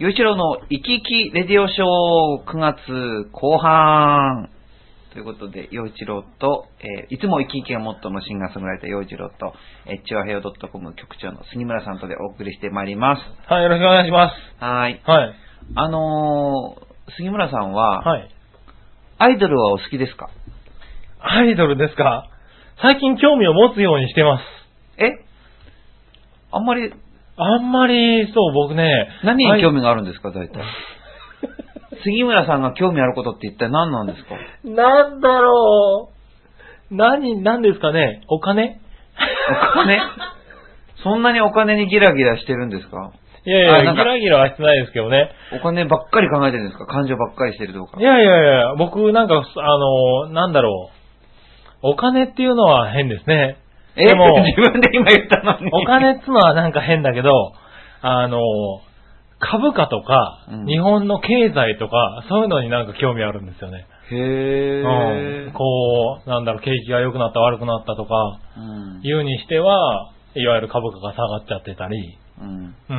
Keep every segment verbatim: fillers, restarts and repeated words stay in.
陽一郎の生き生きレディオショーくがつこう半ということで、陽一郎と、えー、いつも生き生きがモットーのシンガーソングライター陽一郎と、えー、チュアヘヨ .com 局長の杉村さんとでお送りしてまいります。 はい、よろしくお願いします。 はい。 はい。 あのー、杉村さんは、 はい。 アイドルはお好きですか？ アイドルですか？最近興味を持つようにしてます。 え？あんまり、 あんまり、そう、僕ね。 何に興味があるんですか、大体。杉村さんが興味あることって一体何なんですか？ なんだろう。何、何ですかね。お金？ お金？そんなにお金にギラギラしてるんですか？ いやいや、ギラギラはしてないですけどね。 お金ばっかり考えてるんですか？感情ばっかりしてるとか。 いやいやいや、僕なんか、あの、なんだろう。お金っていうのは変ですね。 え、でも自分で今言ったのに。 お金ってのはなんか変だけど、あの、株価とか、うん、日本の経済とか、そういうのになんか興味あるんですよね。 へー。 うん。こう、なんだろう、景気が良くなった悪くなったとか、うん、言うにしては、いわゆる株価が下がっちゃってたり、うん。うん。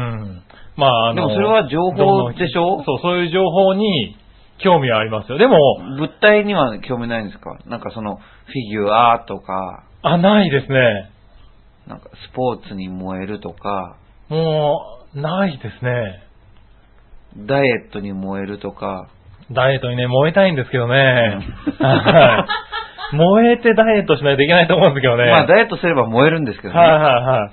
まあ、あの、 でもそれは情報でしょ？ そう、そういう情報に興味はありますよ。でも、 物体には興味ないんですか？なんかその、フィギュアとか、 あ、ないですね。 なんかスポーツに燃えるとか。 もう、ないですね。 ダイエットに燃えるとか。 ダイエットにね、燃えたいんですけどね。はい。燃えてダイエットしないといけないと思うんですけどね。 まあダイエットすれば燃えるんですけどね。 はいはいはい。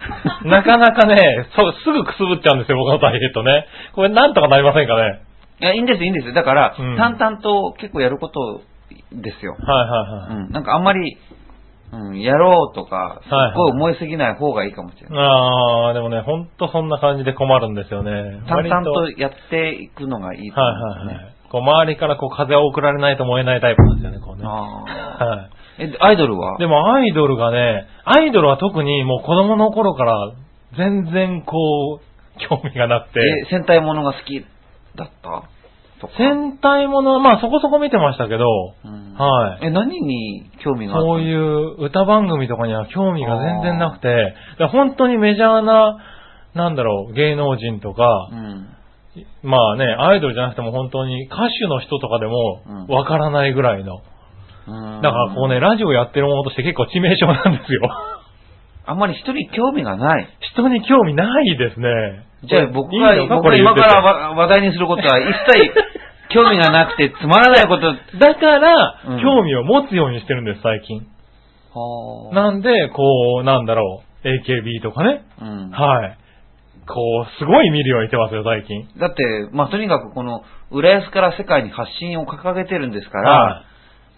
なかなかね、そう、すぐくすぶっちゃうんですよ、僕のダイエットね。これなんとかなりませんかね。 いや、いいんですいいんです。だから、うん、淡々と結構やることですよ。 はいはいはい。 うん。なんかあんまり、うん、やろうとか、すっごい思いすぎない方がいいかもしれない。 ああ、でもね、ほんとそんな感じで困るんですよね。 淡々とやっていくのがいいと思うんですね。 はいはいはい。こう周りからこう風を送られないと燃えないタイプなんですよね、こうね。 ああ。はい。 え、アイドルは？ でもアイドルがね、アイドルは特にもう子供の頃から全然こう、興味がなくて。 え、戦隊ものが好きだった戦隊ものは、まあそこそこ見てましたけど、うん、はい。 え、何に興味があった？ そういう歌番組とかには興味が全然なくて、本当にメジャーな、なんだろう、芸能人とか、うん、まあね、アイドルじゃなくても本当に歌手の人とかでもわからないぐらいの。うん、だからこうね、ラジオやってるものとして結構致命傷なんですよ。 あんまり人に興味がない。 人に興味ないですね。 じゃあ僕が、いい僕が今から話題にすることは一切興味がなくてつまらないこと。 だから、うん、興味を持つようにしてるんです、最近。 はなんで、こう、なんだろう、エーケービー とかね。うん、はい。こう、すごい見るようにしてますよ、最近。 だって、まあ、とにかくこの、浦安から世界に発信を掲げてるんですから、はい、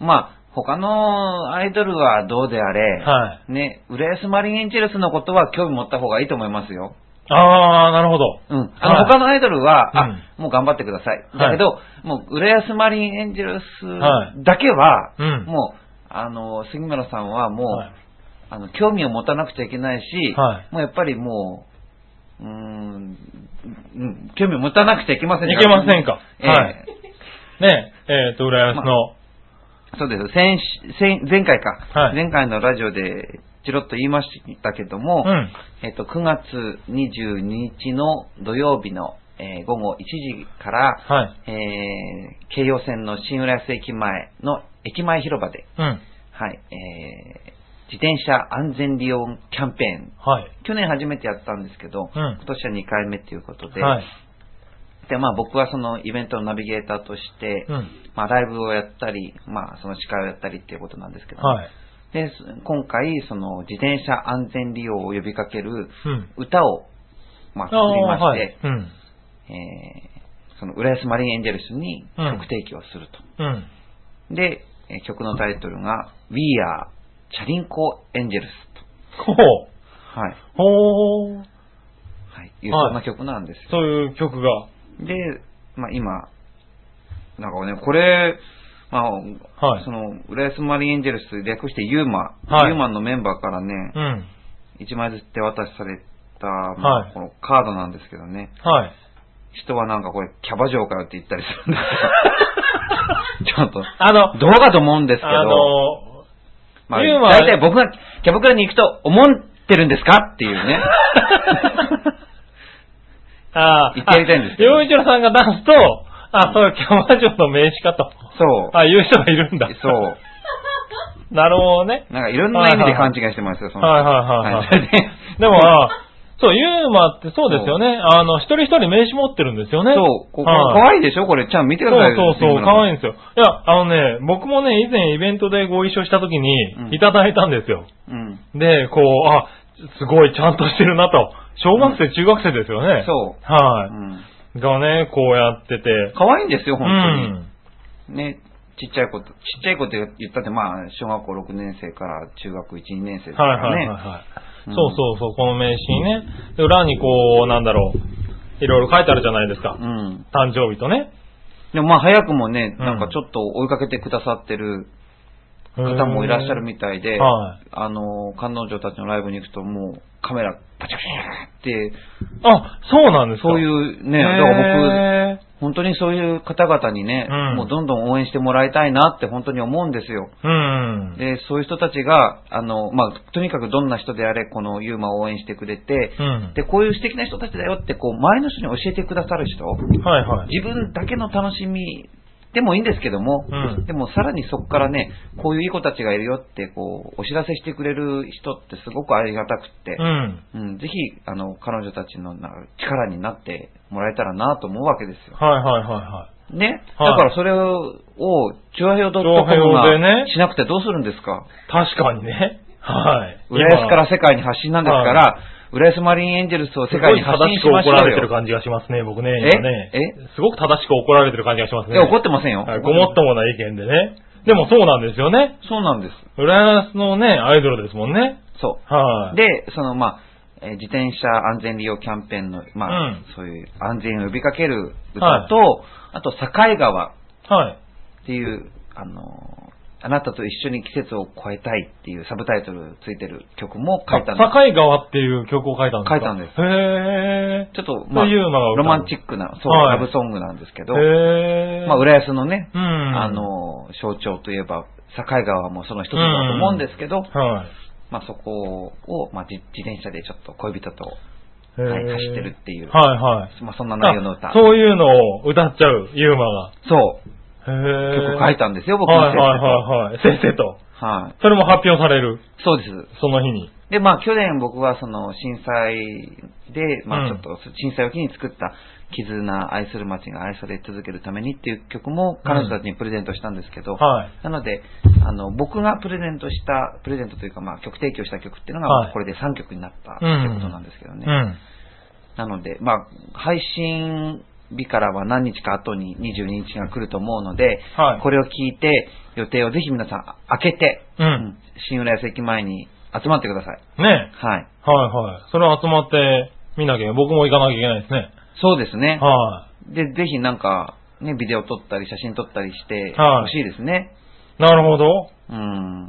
まあ、他のアイドルはどうであれ、はい、ね、浦安マリンエンジェルスのことは興味持った方がいいと思いますよ。 ああ、なるほど。 うん。あの、はい、他のアイドルは、あ、うん、もう頑張ってください。だけど、はい、もう、浦安マリンエンジェルスだけは、はいうん、もう、あの、杉村さんはもう、はい、あの、興味を持たなくちゃいけないし、はい、もうやっぱりもう、うーん、うん、興味を持たなくちゃいけませんか？ いけませんか。えー、はい。ねえ、えっと、浦安の、まあ、そうです。先、先、前回か、はい。前回のラジオで、ちろっと言いましたけども、うん、えっと、くがつにじゅうににちの土曜日の、えー、午後いちじから、はい、えー、京葉線の新浦安駅前の駅前広場で、うん、はい、えー、自転車安全利用キャンペーン、はい、去年初めてやったんですけど、うん、今年はにかいめということで、はい、で、まあ僕はそのイベントのナビゲーターとして、うん、まあライブをやったり、まあその司会をやったりっていうことなんですけど、はい、で、今回その自転車安全利用を呼びかける歌を、まあ作りまして、はいうん、えー、その浦安マリンエンジェルスに曲提供すると。うんうん、で、曲のタイトルが We Are チャリンコエンジェルスと。 ほう。 はい。 ほう。 はい。いうそんな曲なんですよ。 そういう曲が。 で、まあ今、なんかね、これ、まあ、はい、その、浦安マリンエンジェルス略してユーマ、はい、ユーマのメンバーからね、うん、いちまいずつ手渡しされた、まあはい、このカードなんですけどね、はい、人はなんかこれキャバ嬢かよって言ったりするんですよ。ちょっと、あの、どうかと思うんですけど、あのまあ、大体僕がキャバクラに行くと思ってるんですかっていうね。 ああ。 言ってやりたいんですよ。洋一郎さんが出すと、あ、そう、キャバ嬢の名刺かと。 そう。 あ、言う人がいるんだ。 そう。 なるほどね。 なんかいろんな意味で勘違いしてますよ、その。 はいはいはいはい。でも、そう、ユーマってそうですよね。あの、一人一人名刺持ってるんですよね。 そう。ここ、かわいいでしょこれ、ちゃん見てください。 そうそうそう、かわいいんですよ。いや、あのね、僕もね、以前イベントでご一緒した時に、いただいたんですよ。うん。で、こう、あ、すごいちゃんとしてるなと。小学生、うん、中学生ですよね。 そう。 はい。うん、がね、こうやってて。 かわいいんですよ、本当に。うん、ね。ちっちゃい子と、ちっちゃい子って言ったって、まあ、小学校ろくねん生から中学いち、にねん生ですからね。はいはいはい、はいうん。そうそうそう、この名刺にね。裏にこう、なんだろう、いろいろ書いてあるじゃないですか。うん。誕生日とね。 でもまあ、早くもね、なんかちょっと追いかけてくださってる方もいらっしゃるみたいで、はい、あの、彼女たちのライブに行くともう、カメラ、パチパチって。 あ、そうなんですか。 そういうね、だから僕、本当にそういう方々にね、うん、もうどんどん応援してもらいたいなって本当に思うんですよ。うん、で、そういう人たちが、あの、まあ、とにかくどんな人であれ、このユーマを応援してくれて、うん、で、こういう素敵な人たちだよって、こう、周りの人に教えてくださる人、はいはい、自分だけの楽しみでもいいんですけども、うん、でもさらにそこからね、こういういい子たちがいるよって、こう、お知らせしてくれる人ってすごくありがたくって、うんうん、ぜひ、あの、彼女たちの力になってもらえたらなと思うわけですよ。 はいはいはいはい。 ね、はい、だからそれを、チュアヘオドットコムがしなくてどうするんですか？ 確かにね。はい。 浦安から世界に発信なんですから、はい、浦安マリンエンジェルスを世界に発信しましょうよ。 すごい正しく怒られてる感じがしますね、僕ね。今ね。ええすごく正しく怒られてる感じがしますね。 いや、怒ってませんよ。 はい、ごもっともな意見でね。でもそうなんですよね。 そうなんです。 浦安のね、アイドルですもんね。 そう。はい。で、その、まあ、自転車安全利用キャンペーンの、まあ、うん、そういう安全を呼びかける歌と、はい、あと、境川っていう、はい、あの、あなたと一緒に季節を越えたいっていうサブタイトルついてる曲も書いたんです。 境川っていう曲を書いたんですか？ 書いたんです。 へー。 ちょっと、まあ、ロマンチックな、そう、はい、ラブソングなんですけど、へー。まあ、浦安のね、うん、あの、象徴といえば、境川もその一つだと思うんですけど、うんはい、まあ、そこを、まあ、自転車でちょっと恋人と、はい、走ってるっていう。はいはい。まあ、そんな内容の歌。 そういうのを歌っちゃう、ユーマが。 そう。へ曲書いたんですよ、僕の先生と。はいはいはい、はい。先生と。はい。それも発表される。 そうです。 その日に。 で、まあ去年僕はその震災で、まあちょっと震災を機に作った絆、愛する街が愛され続けるためにっていう曲も彼女たちにプレゼントしたんですけど、うんはい、なので、あの、僕がプレゼントした、プレゼントというかまあ曲提供した曲っていうのがこれでさんきょくになったっていうことなんですけどね。うんうん、なので、まあ配信、日からは何日か後ににじゅうににちが来ると思うので、はい、これを聞いて予定をぜひ皆さん開けて、うん、新浦安駅前に集まってください。 ね。はい。はいはい。それを集まって見なきゃ、僕も行かなきゃいけないですね。 そうですね。はい。で、ぜひなんか、ね、ビデオ撮ったり写真撮ったりしてほしいですね。 はい、なるほど。うん。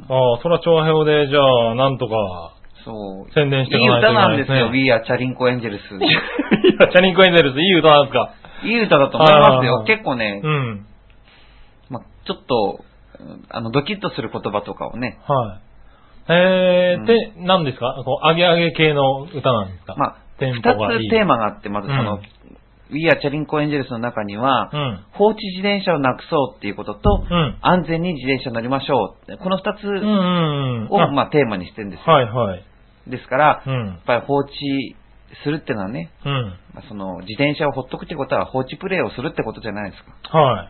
ああ、それは長編で、じゃあ、なんとか、そう。宣伝していかないといけないですね。 いい歌なんですよ、We Are チャリンコエンジェルス。 We Are チャリンコエンジェルス、いい歌なんですか？ いい歌だと思いますよ。結構ね、うん、ま、ちょっと、あの、ドキッとする言葉とかをね。はい。 えー、うん、で、何ですかこう、上げ上げ系の歌なんですか？まあ、 テンポがいい。二つテーマがあって、まずその、うん、We Are チャリンコエンジェルスの中には、うん、放置自転車をなくそうっていうことと、うん、安全に自転車に乗りましょう。この二つを、うんうんうん、まあ、テーマにしてるんですよ。はいはい。ですから、うん、やっぱり放置するってのはね、うん、まあ、その自転車をほっとくってことは放置プレイをするってことじゃないですか。はい。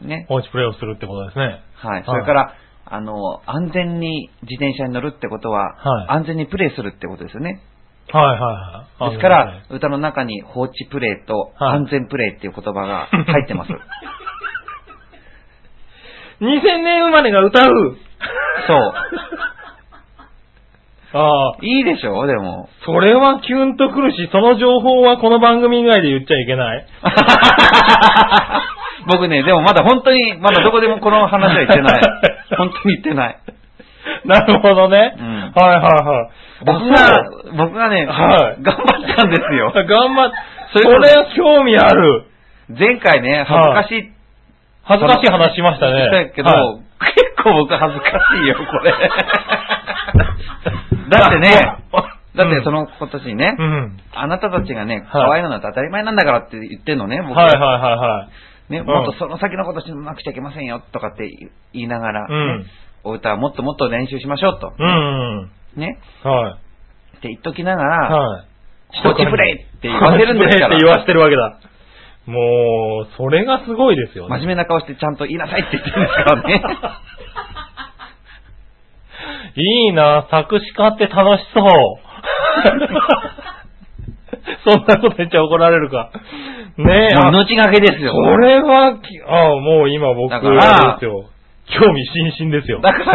ね。 放置プレイをするってことですね。 はい。それから、あの、安全に自転車に乗るってことは、はい、安全にプレイするってことですよね。はいはいはい。ですから、歌の中に放置プレイと安全プレイっていう言葉が入ってます。 にせんねん生まれが歌う。 そう。ああ。いいでしょでも。 それはキュンとくるし、その情報はこの番組以外で言っちゃいけない。 僕ね、でもまだ本当に、まだどこでもこの話は言ってない。本当に言ってない。 なるほどね。うん、はいはいはい。 僕が、僕がね、はい、頑張ったんですよ。 頑張っ、それは興味ある。 前回ね、恥ずかしい。 恥ずかしい話しましたね。 したけど、はい、結構僕恥ずかしいよ、これ。だってね、 だってその子たちにね、うん、あなたたちがね、可愛いのなんて当たり前なんだからって言ってんのね、僕は。 はいはいはいはい。 ね、もっとその先のことしなくちゃいけませんよ、とかって言いながら、ね、うん、お歌はもっともっと練習しましょうと。 うんうん、 ね。 はい。 って言っときながら、 はい。 放置プレイって言わせるんですから。 放置プレイって言わせてるわけだ。もう、それがすごいですよね。 真面目な顔してちゃんと言いなさいって言ってるんですからね。 いいな、作詞家って楽しそう。そんなこと言っちゃ怒られるか。ねえ。 もう命がけですよ。 これは、ああ、もう今僕はですよ。興味津々ですよ。 だから、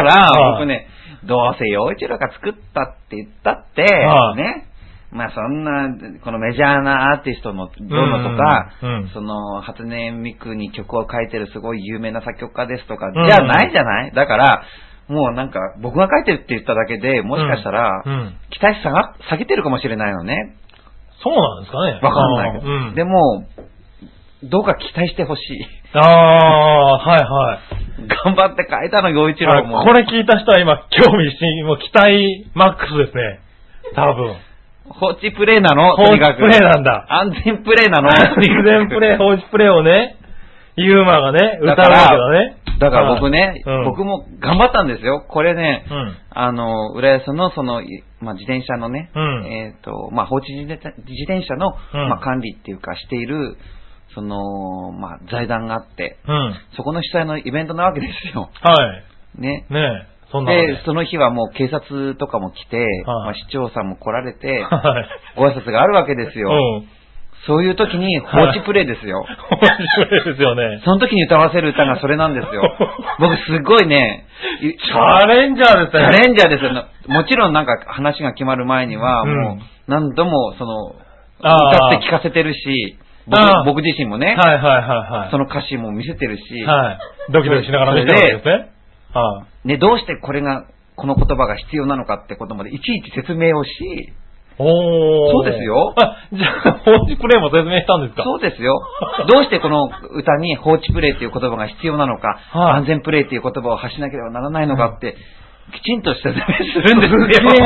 僕ね、どうせ陽一郎が作ったって言ったって、ね。まあそんな、このメジャーなアーティストのどのとか、うんうん、その、初音ミクに曲を書いてるすごい有名な作曲家ですとか、じゃないじゃない、うん、だから、もうなんか、僕が書いてるって言っただけで、もしかしたら、うんうん、期待値下が、下げてるかもしれないのね。 そうなんですかね。 わかんないけど。うん、でも、どうか期待してほしい。 ああ、はいはい。 頑張って書いたの、陽一郎も。 これ聞いた人は今、興味津々、もう期待マックスですね。多分。 放置プレイなの放置プレイなんだ。 安全プレイなの安全プレイ、放置プレイをね、ユーマがね、歌うわけだね。 だから僕ね、うん、僕も頑張ったんですよ。これね、うん、あの、浦安のその、まあ、自転車のね、うん、えっ、ー、と、まあ、放置自転車の、うん、まあ、管理っていうかしている、その、まあ、財団があって、うん、そこの主催のイベントなわけですよ。 はい。 ね。 ねえ。そんなで、その日はもう警察とかも来て、はい、まあ、市長さんも来られて、はい、ご挨拶があるわけですよ。うん、そういう時に放置プレイですよ。 放置プレイですよね。 その時に歌わせる歌がそれなんですよ。僕すごいね、 チャレンジャーですね。 チャレンジャーですよ。もちろんなんか話が決まる前には、もう何度もその、歌って聞かせてるし、僕, 僕自身もね、 はいはいはいはい、 その歌詞も見せてるし、 はい、ドキドキしながら見てるわけですね。 はあ、ね、どうしてこれが、この言葉が必要なのかってことまでいちいち説明をし、 おー。 そうですよ。 あ、じゃあ、放置プレイも説明したんですか？ そうですよ。どうしてこの歌に放置プレイっていう言葉が必要なのか、はい、安全プレイっていう言葉を発しなければならないのかって、きちんと説明するんですよ。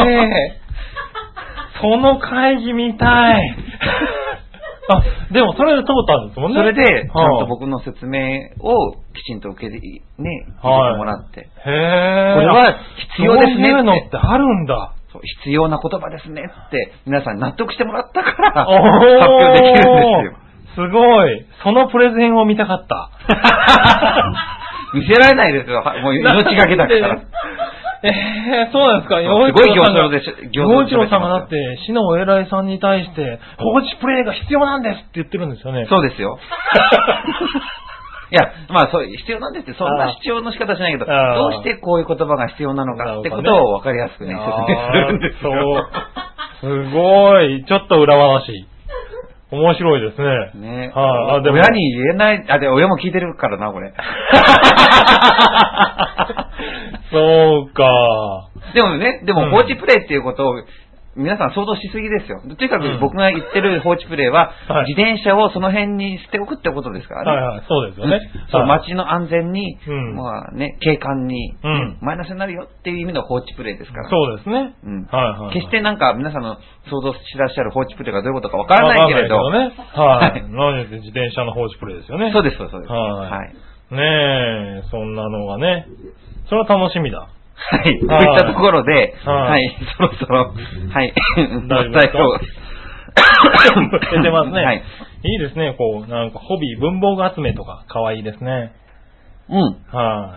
その会議見たい。あ、でもそれで通ったんですもんね。 それで、ちゃんと僕の説明をきちんと受けて、ね、入れてもらって。 へー。 これは必要ですねって。 そういうのってあるんだ。 そう、必要な言葉ですねって、皆さん納得してもらったから、発表できるんですよ。すごい。そのプレゼンを見たかった。 見せられないですよ。もう命がけだから。 ええー、そうなんですか。 すごい行政でしょ。 陽一郎さんがだって、市のお偉いさんに対して、放置プレイが必要なんですって言ってるんですよね。 そうですよ。いや、まあ、そう、必要なんですって、そんな主張の仕方しないけど、どうしてこういう言葉が必要なのかってことを分かりやすくね、説明するんですよ。 そう。すごい。ちょっと裏話。面白いですね。 ね、はあ、でも親に言えない、あ、で、親も聞いてるからな、これ。 そうか。 でもね、でも放置プレイっていうことを、皆さん想像しすぎですよ。とにかく僕が言ってる放置プレイは、うん、自転車をその辺に捨ておくってことですからね。 はいはい、そうですよね。 そう、街の安全に、うん、まあね、景観に、うん、マイナスになるよっていう意味の放置プレイですから。 そうですね。 うん。はいはいはい、決してなんか皆さんの想像しらっしゃる放置プレイがどういうことかわからないけれど。 わからないけどね。はい。何で自転車の放置プレイですよね。 そうです、そうです。 はい。はい、ねえ、そんなのがね。それは楽しみだ。 はい。といったところで、はい、そろそろ、はい、 大丈夫ですか？出てますね。はい。いいですね、こう、なんか、ホビー、文房具集めとか、可愛いですね。 うん。はい。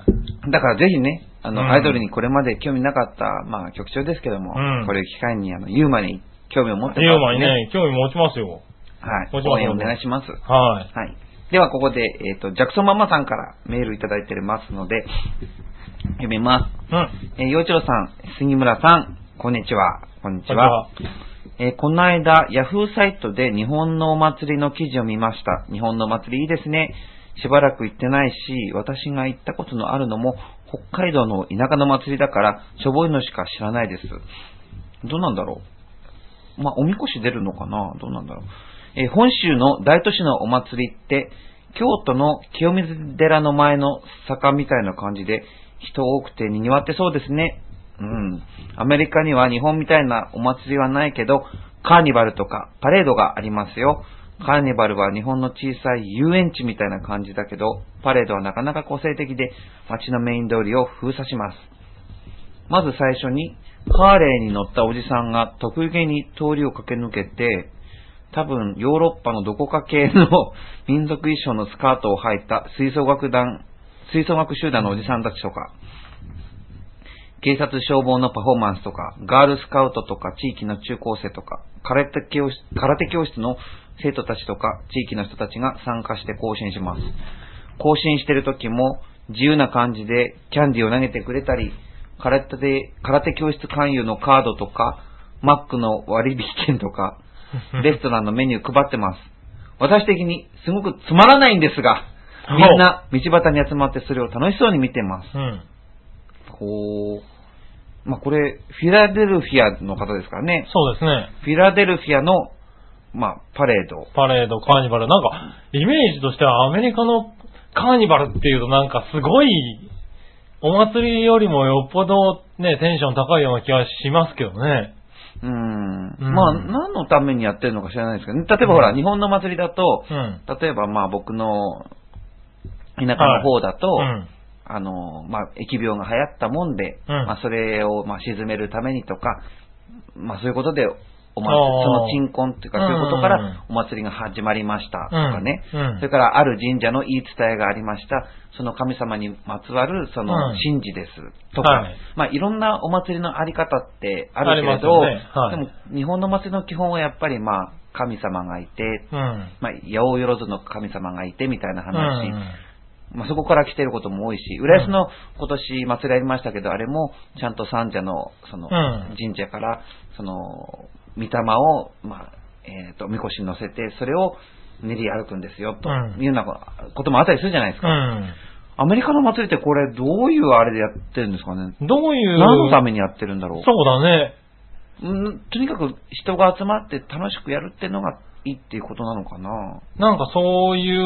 だからぜひね、あの、うん、アイドルにこれまで興味なかった、まあ、局長ですけども、うん、これを機会に、あの、ユーマに興味を持ってますね。 ユーマにね、興味持ちますよ。 はい。持ちますよ。応援お願いします。 はい。 はい。では、ここで、えっと、ジャクソンママさんからメールいただいてますので、読みます。うん。えー、陽一郎さん、杉村さん、こんにちは。こんにちは。えー、この間、ヤフーサイトで日本のお祭りの記事を見ました。日本のお祭りいいですね。しばらく行ってないし、私が行ったことのあるのも、北海道の田舎の祭りだから、しょぼいのしか知らないです。どうなんだろう。まあ、おみこし出るのかな？どうなんだろう。えー、本州の大都市のお祭りって、京都の清水寺の前の坂みたいな感じで、人多くて賑わってそうですね。 うん。アメリカには日本みたいなお祭りはないけど、カーニバルとかパレードがありますよ。カーニバルは日本の小さい遊園地みたいな感じだけど、パレードはなかなか個性的で、街のメイン通りを封鎖します。まず最初に、ハーレーに乗ったおじさんが得意げに通りを駆け抜けて、多分ヨーロッパのどこか系の民族衣装のスカートを履いた吹奏楽団、吹奏楽集団のおじさんたちとか、警察消防のパフォーマンスとか、ガールスカウトとか地域の中高生とか、空手教室、空手教室の生徒たちとか、地域の人たちが参加して行進します。行進してる時も自由な感じでキャンディーを投げてくれたり、空手で、空手教室勧誘のカードとか、マックの割引券とか、レストランのメニュー配ってます。私的にすごくつまらないんですが、みんな道端に集まってそれを楽しそうに見てます。うん、こう、まあ、これ、フィラデルフィアの方ですからね。 そうですね。 フィラデルフィアの、まあ、パレード。 パレード、カーニバル。なんか、イメージとしてはアメリカのカーニバルっていうとなんかすごい、お祭りよりもよっぽどね、テンション高いような気がしますけどね。 うーん。うん、まあ、何のためにやってるのか知らないですけど、ね、例えばほら、うん、日本の祭りだと、うん、例えばまあ僕の田舎の方だと、はいうん、あの、まあ、疫病が流行ったもんで、うん、まあ、それをまあ鎮めるためにとか、まあ、そういうことで、お祭り、その鎮魂っていうか、そういうことからお祭りが始まりましたとかね、うんうん、それからある神社の言い伝えがありました、その神様にまつわるその神事ですとか、うんはい、まあいろんなお祭りのあり方ってあるけれど、ねはい、でも日本の祭りの基本はやっぱりまあ神様がいて、うん、まあ八百万の神様がいてみたいな話、うんまあ、そこから来てることも多いし、浦安の今年祭りありましたけど、あれもちゃんと三社のその神社からその御霊を、まあ、えっと、みこしに乗せて、それを練り歩くんですよ、というようなこともあったりするじゃないですか。うん、アメリカの祭りってこれ、どういうあれでやってるんですかね。 どういう。 何のためにやってるんだろう。 そうだね。 うん、とにかく人が集まって楽しくやるっていうのがいいっていうことなのかな。 なんかそういう、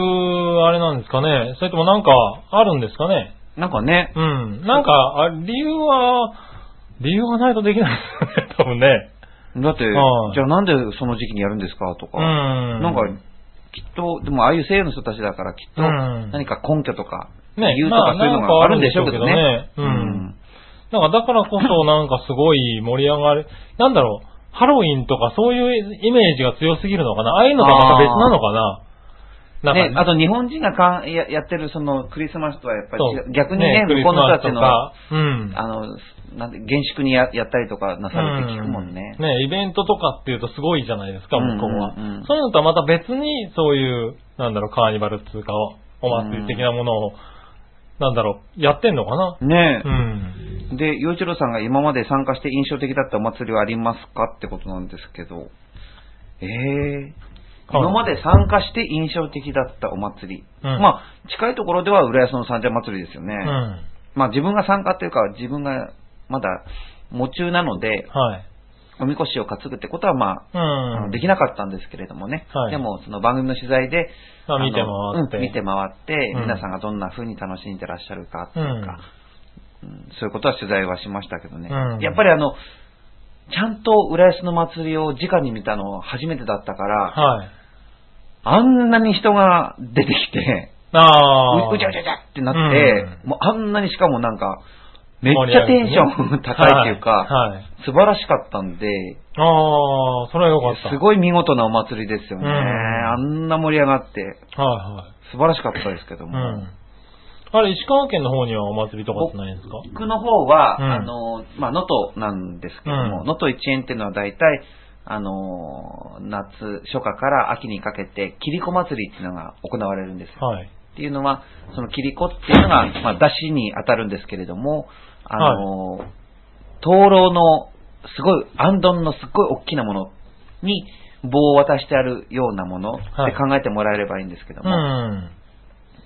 あれなんですかね。それともなんかあるんですかね。 なんかね。 うん。なんか、あ理由は、理由がないとできないですよね、多分ね。 だって、じゃあなんでその時期にやるんですかとか、うんなんか、きっと、でもああいう西洋の人たちだからきっと、何か根拠とか、理由とかそういうのがあるんでしょうけどね。 うん。なんかだからこそなんかすごい盛り上がる、なんだろう、ハロウィンとかそういうイメージが強すぎるのかな。ああいうのとまた別なのかな。 なんかね、あと日本人がかん や, やってるそのクリスマスとはやっぱり逆にね、向こうの人たちの、うん、あの、なんで、厳粛に や, やったりとかなさるって聞くもんね、 うん。ね、イベントとかっていうとすごいじゃないですか、向こうは。うんうんうん、そういうのとはまた別に、そういう、なんだろう、カーニバルっていうか、お祭り的なものを、うん、なんだろう、やってんのかな。 ねえ。うん、で、陽一郎さんが今まで参加して印象的だったお祭りはありますかってことなんですけど、ええー。今まで参加して印象的だったお祭り。うん、まあ、近いところでは浦安の三社祭りですよね。うん、まあ自分が参加というか、自分がまだ夢中なので、はい、おみこしを担ぐってことはまあ、うん、できなかったんですけれどもね。はい、でも、その番組の取材で、 まあ、見て回って、 うん、見て回って、皆さんがどんな風に楽しんでらっしゃるかっていうか、うん、そういうことは取材はしましたけどね。やっぱりあの、ちゃんと浦安の祭りを直に見たの初めてだったから、はいあんなに人が出てきて、あう, うちゃうちゃうちゃってなって、うん、もうあんなにしかもなんか、めっちゃテンション高いっていうか、はいはい、素晴らしかったんで、 ああ、それはよかった。 すごい見事なお祭りですよね。うん、あんな盛り上がって、はいはい、素晴らしかったですけども。うん、 あれ、石川県の方にはお祭りとかってないんですか？ 僕の方は、うん、あの、まあ、能登なんですけども、能登、うん、一円っていうのは大体、あの夏初夏から秋にかけてキリコ祭りっていうのが行われるんですよ、はい、っていうのはそのキリコっていうのが、まあ、出汁に当たるんですけれどもあの、はい、灯籠のすごいあんどんのすっごい大きなものに棒を渡してあるようなものって考えてもらえればいいんですけども、はい、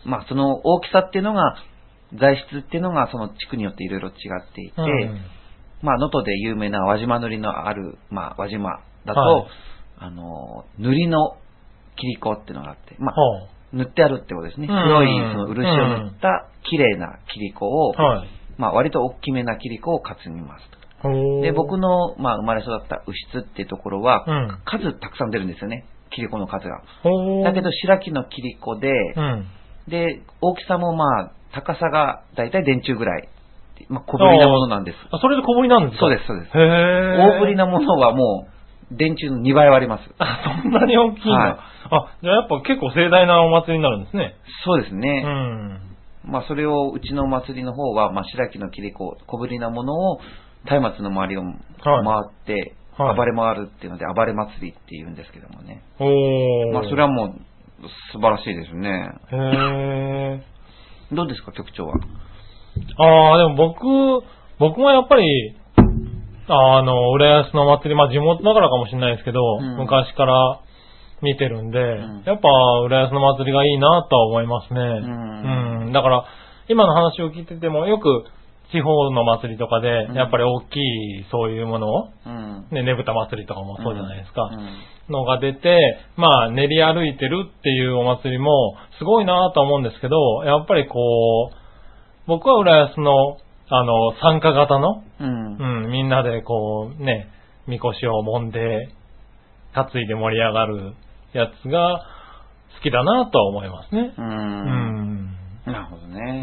まあその大きさっていうのが材質っていうのがその地区によっていろいろ違っていて、うんまあ、能登で有名な輪島塗りのある、まあ、輪島だと、はい、あの、塗りの切り子っていうのがあって、まあ、塗ってあるってことですね。黒いその漆を塗った綺麗な切り子を、はい、 まあ割と大きめなキリコを担ぎますと。で、僕の、まあ、生まれ育った牛津っていうところは、うん、数たくさん出るんですよね。キリコの数が。だけど白木のキリコで、うん、で、大きさもまあ、高さがだいたい電柱ぐらい。まあ、小ぶりなものなんです。 あ、それで小ぶりなんですか？ そうです、そうです。へー。大ぶりなものはもう、電柱のにばいはあります。 あ、そんなに大きいんだ。はい、あ、じゃあやっぱ結構盛大なお祭りになるんですね。 そうですね。うん。まあ、それを、うちのお祭りの方は、まあ、白木のキリコ、小ぶりなものを、松明の周りを回って、はい、暴れ回るっていうので、暴れ祭りって言うんですけどもね。おまあ、それはもう、素晴らしいですね。へー。どうですか、局長は。 ああ、でも僕、僕もやっぱり、あの、浦安の祭り、まあ地元だからかもしれないですけど、うん、昔から見てるんで、うん、やっぱ浦安の祭りがいいなとは思いますね。うん。うん、だから、今の話を聞いてても、よく地方の祭りとかで、やっぱり大きいそういうものを、うん、ね、ねぶた祭りとかもそうじゃないですか。うんうんのが出て、まあ練り歩いてるっていうお祭りもすごいなと思うんですけど、やっぱりこう、僕は浦安の、あの、参加型の、うん、うん、みんなでこうね、みこしを揉んで、担いで盛り上がるやつが好きだなとは思いますね。うん。うん、 なるほどね。うん。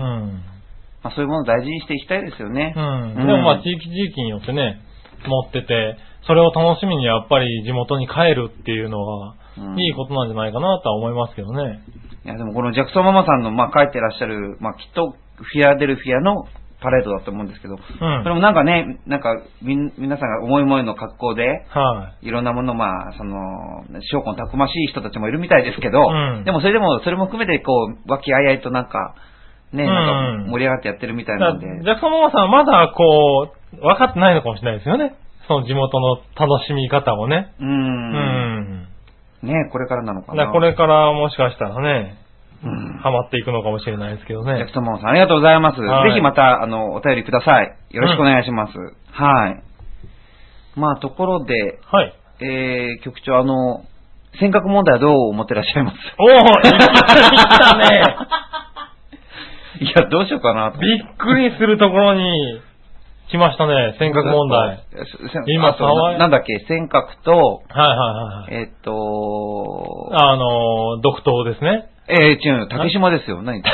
まあそういうものを大事にしていきたいですよね。 うん。でもまあ地域地域によってね、持ってて、それを楽しみにやっぱり地元に帰るっていうのは、いいことなんじゃないかなとは思いますけどね。 いやでもこのジャクソンママさんの、まあ書いてらっしゃる、まあきっとフィアデルフィアのパレードだと思うんですけど、うん、それもなんかね、なんかみ皆さんが思い思いの格好で、はい、いろんなもの、まあその証拠のたくましい人たちもいるみたいですけど、うん、でもそれでもそれも含めてこう和気あいあいとなんかね、なんか盛り上がってやってるみたいなんで、 ジャクソンママさんはまだこう分かってないのかもしれないですよね。その地元の楽しみ方をね。うん。 うん。ねこれからなのかな。 これからもしかしたらね、うん、ハマっていくのかもしれないですけどね。 ジャクソンママさんありがとうございます。はい、ぜひまた、あの、お便りください。よろしくお願いします。うん、はい。まあ、ところで、はい。えー、局長、あの、尖閣問題はどう思ってらっしゃいます？ おー、いったね。 いや、どうしようかなと。 びっくりするところに、来ましたね、尖閣問題。 今、な, なんだっけ、尖閣と、 はいはいはい。 えー、っと、 あの、独島ですね。 えー、違う、竹島ですよ。何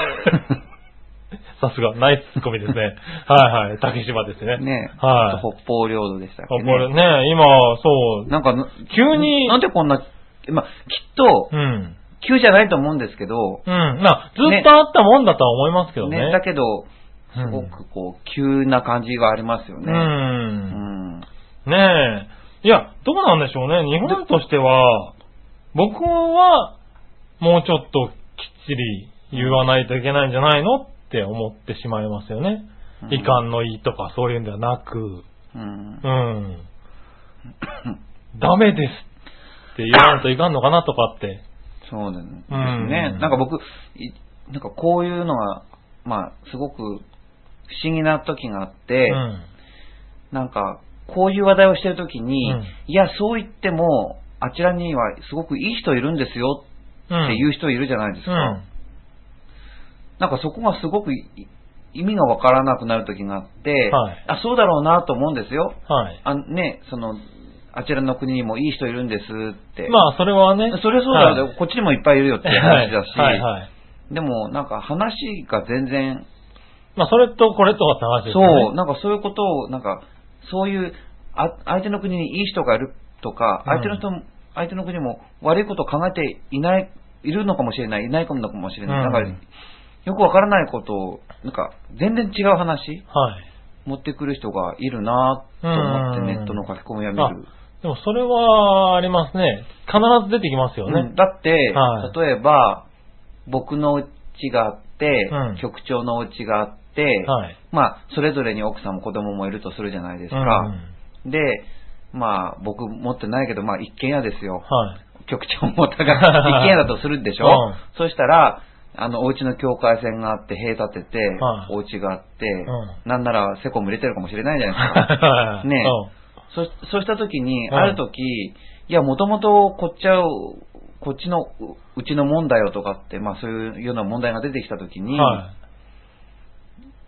さすが、ナイスツッコミですね。はいはい、竹島ですね。 ねはい。北方領土でしたっけね。 北方領土ね、今、そう。 なんか、急に、な, なんでこんな、まあ、きっと、うん、急じゃないと思うんですけど、 うん、まあ、ずっとあったもんだとは思いますけどね。 ねだけど、すごくこう、急な感じがありますよね。うん。うんねえ。いや、どうなんでしょうね。日本としては、僕は、もうちょっときっちり言わないといけないんじゃないのって思ってしまいますよね。うん、遺憾の意とかそういうんではなく、うん。うん。ダメですって言わんといかんのかなとかって。 そうなんですね。うん、なんか僕、なんかこういうのが、まあ、すごく、不思議な時があって、うん、なんかこういう話題をしてる時に、うん、いやそう言ってもあちらにはすごくいい人いるんですよっていう人いるじゃないですか、うん、なんかそこがすごく意味がわからなくなる時があって、はい、あそうだろうなと思うんですよ、はい、あねそのあちらの国にもいい人いるんですってまあそれはねそれはそうだよ、はい、こっちにもいっぱいいるよって話だし、はいはいはい、でもなんか話が全然まあ、それとこれとかって話ですね。 そう、なんかそういうことを、なんか、そういう、あ相手の国にいい人がいるとか、相手の人も、うん、相手の国も悪いことを考えていない、いるのかもしれない、いないかもしれない。うん、なんか、よくわからないことを、なんか、全然違う話、はい、持ってくる人がいるなと思って、ネットの書き込みを見る。 でも、それはありますね。必ず出てきますよね。 うん、だって、はい、例えば、僕の家があって、うん、局長のお家があって、はい、まあそれぞれに奥さんも子供もいるとするじゃないですか、うん、でまあ僕持ってないけどまあ一軒家ですよ、はい、局長もお互い一軒家だとするでしょ、うん、そしたらあのお家の境界線があって塀立てて、はい、お家があって、うん、なんならセコム入れてるかもしれないじゃないですかねえ、うん、そ, そうした時に、うん、ある時いやもともとこっちはこっちのうちのもんだよとかってまあそういうような問題が出てきた時に、はい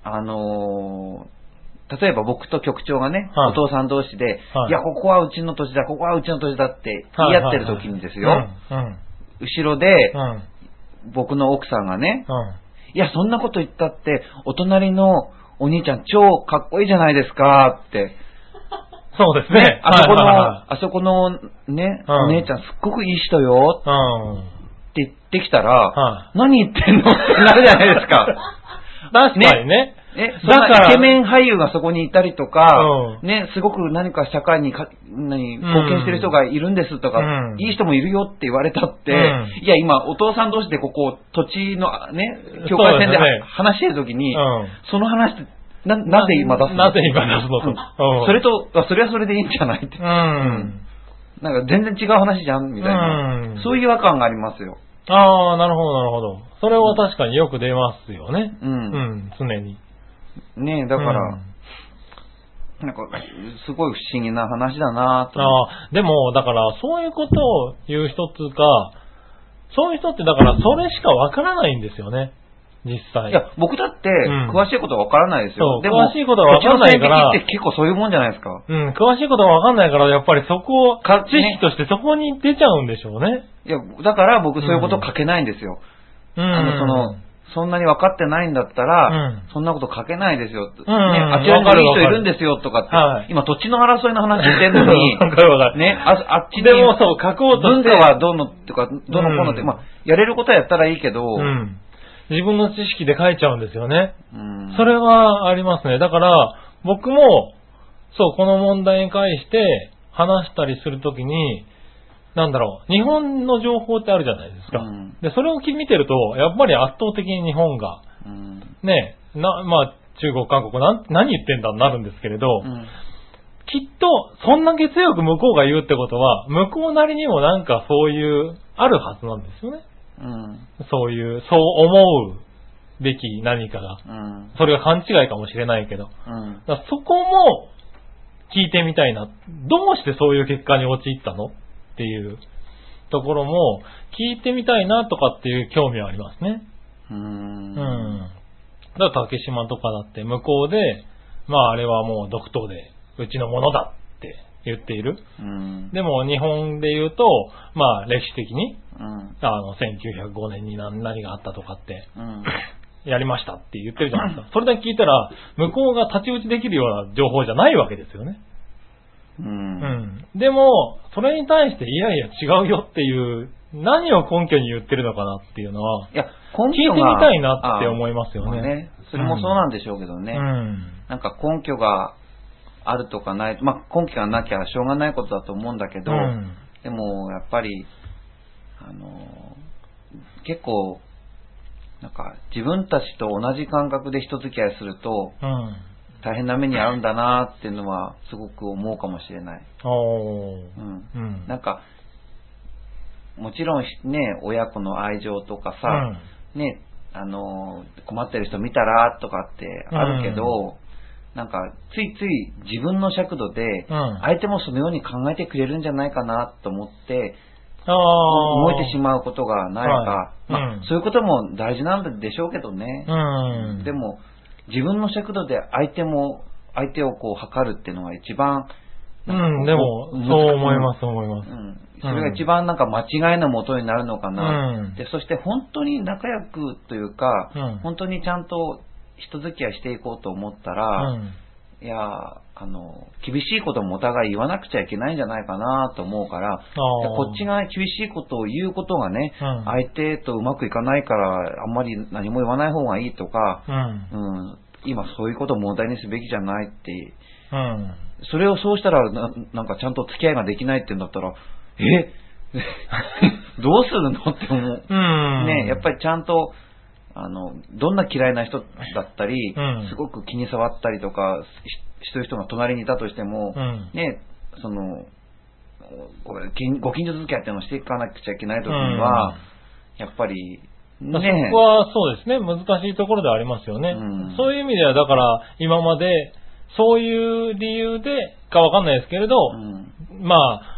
あのー、例えば僕と局長がね、 はい、 お父さん同士で、はい、いや、ここはうちの土地だ、ここはうちの土地だって言い合ってる時にですよ、後ろで、うん、僕の奥さんがね、うん、いや、そんなこと言ったって、お隣のお兄ちゃん超かっこいいじゃないですかって。 そうですね。ね、 あそこの、はいはいはい、あそこのね、うん、お姉ちゃんすっごくいい人よ、うん、って言ってきたら、はい、何言ってんのってなるじゃないですか。 確かにね。 え、そんなイケメン俳優がそこにいたりとか、うん、ね、すごく何か社会にか何貢献してる人がいるんですとか、うん、いい人もいるよって言われたって、うん、いや、今、お父さん同士でここ、土地のね、境界線で話してるときに、そ,、ね、うん、その話って、な、なぜ今出すのなぜ今出すのと、 うん。それと、それはそれでいいんじゃないって。うん、なんか全然違う話じゃんみたいな、うん。そういう違和感がありますよ。 ああ、なるほど、なるほど。それは確かによく出ますよね。うん。うん、常に。 ねえ、だから、うん、なんか、すごい不思議な話だなと。 ああ、でも、だから、そういうことを言う人っていうか、そういう人って、だから、それしかわからないんですよね。実際。 いや、僕だって、詳しいことはわからないですよ。 うん、でも詳しいことはわからないから。 って結構そういうもんじゃないですか。 うん、詳しいことはわかんないから、やっぱりそこを、知識としてそこに出ちゃうんでしょうね。 いや、だから僕そういうこと書けないんですよ。うん。あの、その、そんなに分かってないんだったら、うん、そんなこと書けないですよ。うん、ね、あちらにいい人いるんですよとかって、はい、今土地の争いの話してるのに、ね、あ, あっちにでもそう書こうとして文化はどうのとか、どのこうのって、うん、まあ、やれることはやったらいいけど、うん、 自分の知識で書いちゃうんですよね。うん、それはありますね。だから、僕も、そう、この問題に関して話したりするときに、なんだろう、日本の情報ってあるじゃないですか。うん、で、それを見てると、やっぱり圧倒的に日本が、うん、ね、な、まあ、中国、韓国、なん、何言ってんだになるんですけれど、うん、きっと、そんだけ強く向こうが言うってことは、向こうなりにもなんかそういう、あるはずなんですよね。うん、そういう、そう思うべき何かが。うん、それが勘違いかもしれないけど。うん、だそこも聞いてみたいな。どうしてそういう結果に陥ったのっていうところも聞いてみたいなとかっていう興味はありますね。うーん。うん。だから竹島とかだって向こうで、まああれはもう独島でうちのものだって言っている。うん。でも日本で言うと、まあ歴史的に、うん、あのせんきゅうひゃくごねんに何があったとかって、うん、やりましたって言ってるじゃないですか。それだけ聞いたら向こうが太刀打ちできるような情報じゃないわけですよね。うん、うん。でも、それに対して、いやいや違うよっていう、何を根拠に言ってるのかなっていうのは、いや、根拠が聞いてみたいなって思いますよね。まあね、 それもそうなんでしょうけどね。うん、なんか根拠があるとかない、まあ根拠がなきゃしょうがないことだと思うんだけど、うん、でもやっぱり、あの、結構、なんか自分たちと同じ感覚で人付き合いすると、うん大変な目に遭うんだなっていうのはすごく思うかもしれない。おー、うんうん、なんかもちろんね親子の愛情とかさ、うん、ねあの困ってる人見たらとかってあるけど、うん、なんかついつい自分の尺度で相手もそのように考えてくれるんじゃないかなと思って動いてしまうことがないか、はいまあうん、そういうことも大事なんでしょうけどね。うん、でも自分の尺度で相手も相手をこう測るっていうのが一番うん、でもそう思います思います、うん、 それが一番なんか間違いのもとになるのかな、うん、でそして本当に仲良くというか、うん、本当にちゃんと人付き合いしていこうと思ったら、うん、いやあの厳しいこともお互い言わなくちゃいけないんじゃないかなと思うからこっちが厳しいことを言うことがね、うん、相手とうまくいかないからあんまり何も言わない方がいいとか、うんうん、今そういうことを問題にすべきじゃないって、うん、それをそうしたら な, なんかちゃんと付き合いができないって言うんだったらえどうするのって思う、うんね、やっぱりちゃんとあのどんな嫌いな人だったり、うん、すごく気に障ったりとかしてる人が隣にいたとしても、うんね、そのご近所付き合いっていうのをしていかなくちゃいけないときには、うん、やっぱりね、 そこはそうですね難しいところではありますよね、うん、そういう意味ではだから今までそういう理由でかわかんないですけれど、うん、まあ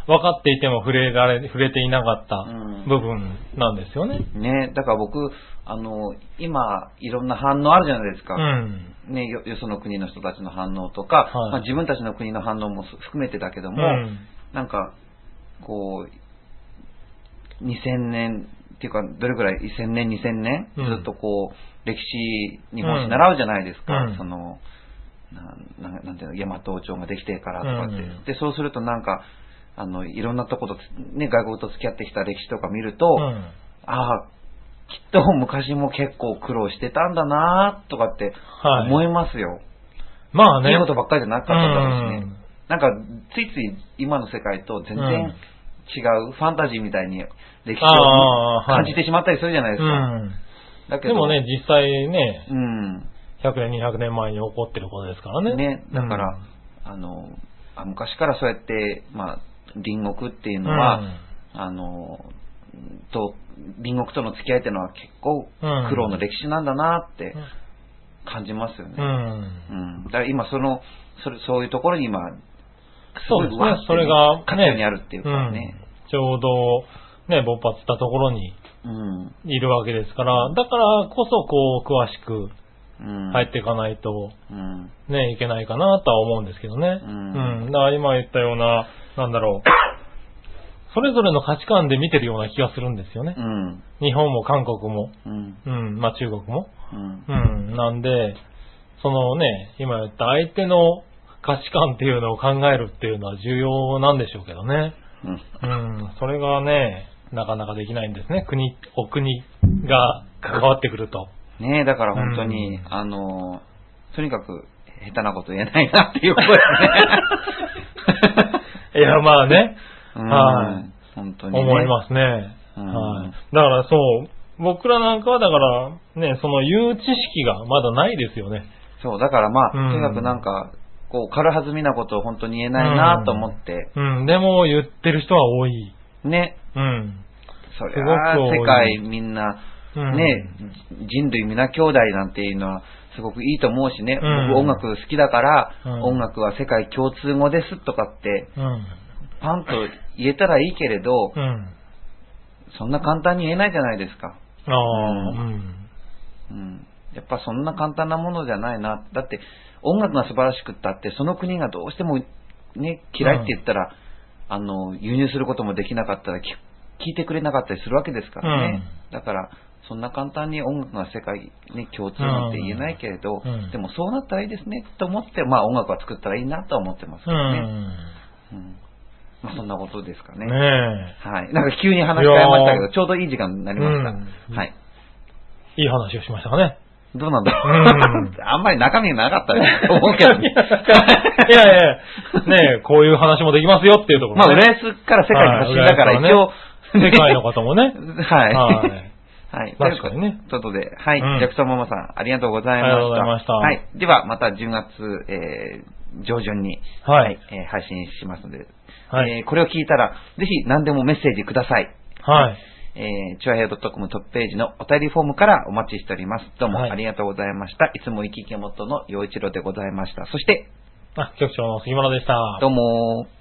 分かっていても触れられ、触れていなかった部分なんですよね。 うん、ね、だから僕、あの、今、いろんな反応あるじゃないですか。うん、ね、よ、よその国の人たちの反応とか、はい、まあ、自分たちの国の反応も含めてだけども、うん、なんか、こう、にせんねんっていうか、どれぐらい、せんねん、にせんねん、うん、ずっとこう、歴史、日本史習うじゃないですか。うん、その、な、な、なんていうの、大和王朝ができてからとかって。うん、で、そうするとなんか、あの、いろんなとこと、ね、外国と付き合ってきた歴史とか見ると、うん、ああ、きっと昔も結構苦労してたんだなとかって思いますよ。はい、まあね。いいことばっかりじゃなかっただろうしね。うん、なんか、ついつい今の世界と全然違う、うん、ファンタジーみたいに歴史を感じてしまったりするじゃないですか。はい、うん、 だけどでもね、実際ね、うん、ひゃくねん、にひゃくねんまえに起こってることですからね。 ね、だから、うん、あの、あ昔からそうやって、まあ、隣国っていうのは、うん、あの、と、隣国との付き合いっていうのは結構苦労の歴史なんだなって感じますよね。うん。うん、だから今その、それ、そういうところに今、 そうですね、それが、 ね、家庭にあるっていうかね、 うん。ちょうど、ね、勃発したところにいるわけですから、だからこそこう、詳しく入っていかないと、ね、いけないかなとは思うんですけどね。うん。うん、だから今言ったような、なんだろう、それぞれの価値観で見てるような気がするんですよね。うん、日本も韓国も、うん、うん、まあ中国も、うん、うん、なんで、そのね、今言った相手の価値観っていうのを考えるっていうのは重要なんでしょうけどね。うん、うん、それがね、なかなかできないんですね。国、お国が関わってくると。 ねえ、だから本当に、うん、あの、とにかく下手なこと言えないなっていうことですね。 いや、まあね。 はい、本当に、ね、 思いますね。うん、はい。だからそう、僕らなんかはだからね、その言う知識がまだないですよね。 そう、だからまあ、うん、とにかくなんか、こう、軽はずみなことを本当に言えないなと思って。 うん、うん、でも言ってる人は多い。 ね。うん。そりゃ、世界みんな、ね、うん、人類皆兄弟なんていうのは、すごくいいと思うしね、うん、僕音楽好きだから、うん、音楽は世界共通語ですとかって、うんパンと言えたらいいけれど、うん、そんな簡単に言えないじゃないですか。あうんうん、やっぱそんな簡単なものじゃないな。だって音楽が素晴らしくったってその国がどうしても、ね、嫌いって言ったら、うん、あの輸入することもできなかったら聞いてくれなかったりするわけですからね。うん、だからそんな簡単に音楽が世界に共通なんて言えないけれど、うん、でもそうなったらいいですねと思って、まあ音楽は作ったらいいなと思ってますけどね。うんうんまあ、そんなことですかね。ねえ。はい。なんか急に話し変えましたけど、ちょうどいい時間になりました。うん、はい。 いい話をしましたかね。 どうなんだろう。うん、あんまり中身がなかったと思うけど、ね。 いやいやねえ、こういう話もできますよっていうところ、 ね。まあ、浦安から世界に発信だから一応、 ね、世界の方もね。 はい。はい。はい。確かにね。ということで、はい。うん、ジャクソンママさん、ありがとうございました。ありがとうございました。はい。では、またじゅうがつ、えー、上旬に、はい、はいえー、配信しますので、はいえー、これを聞いたら、ぜひ何でもメッセージください。はい。えー、チュアヘア .com トップページのお便りフォームからお待ちしております。どうもありがとうございました。はい、いつも生き生き元の陽一郎でございました。そして、 あ、局長の杉村でした。 どうも。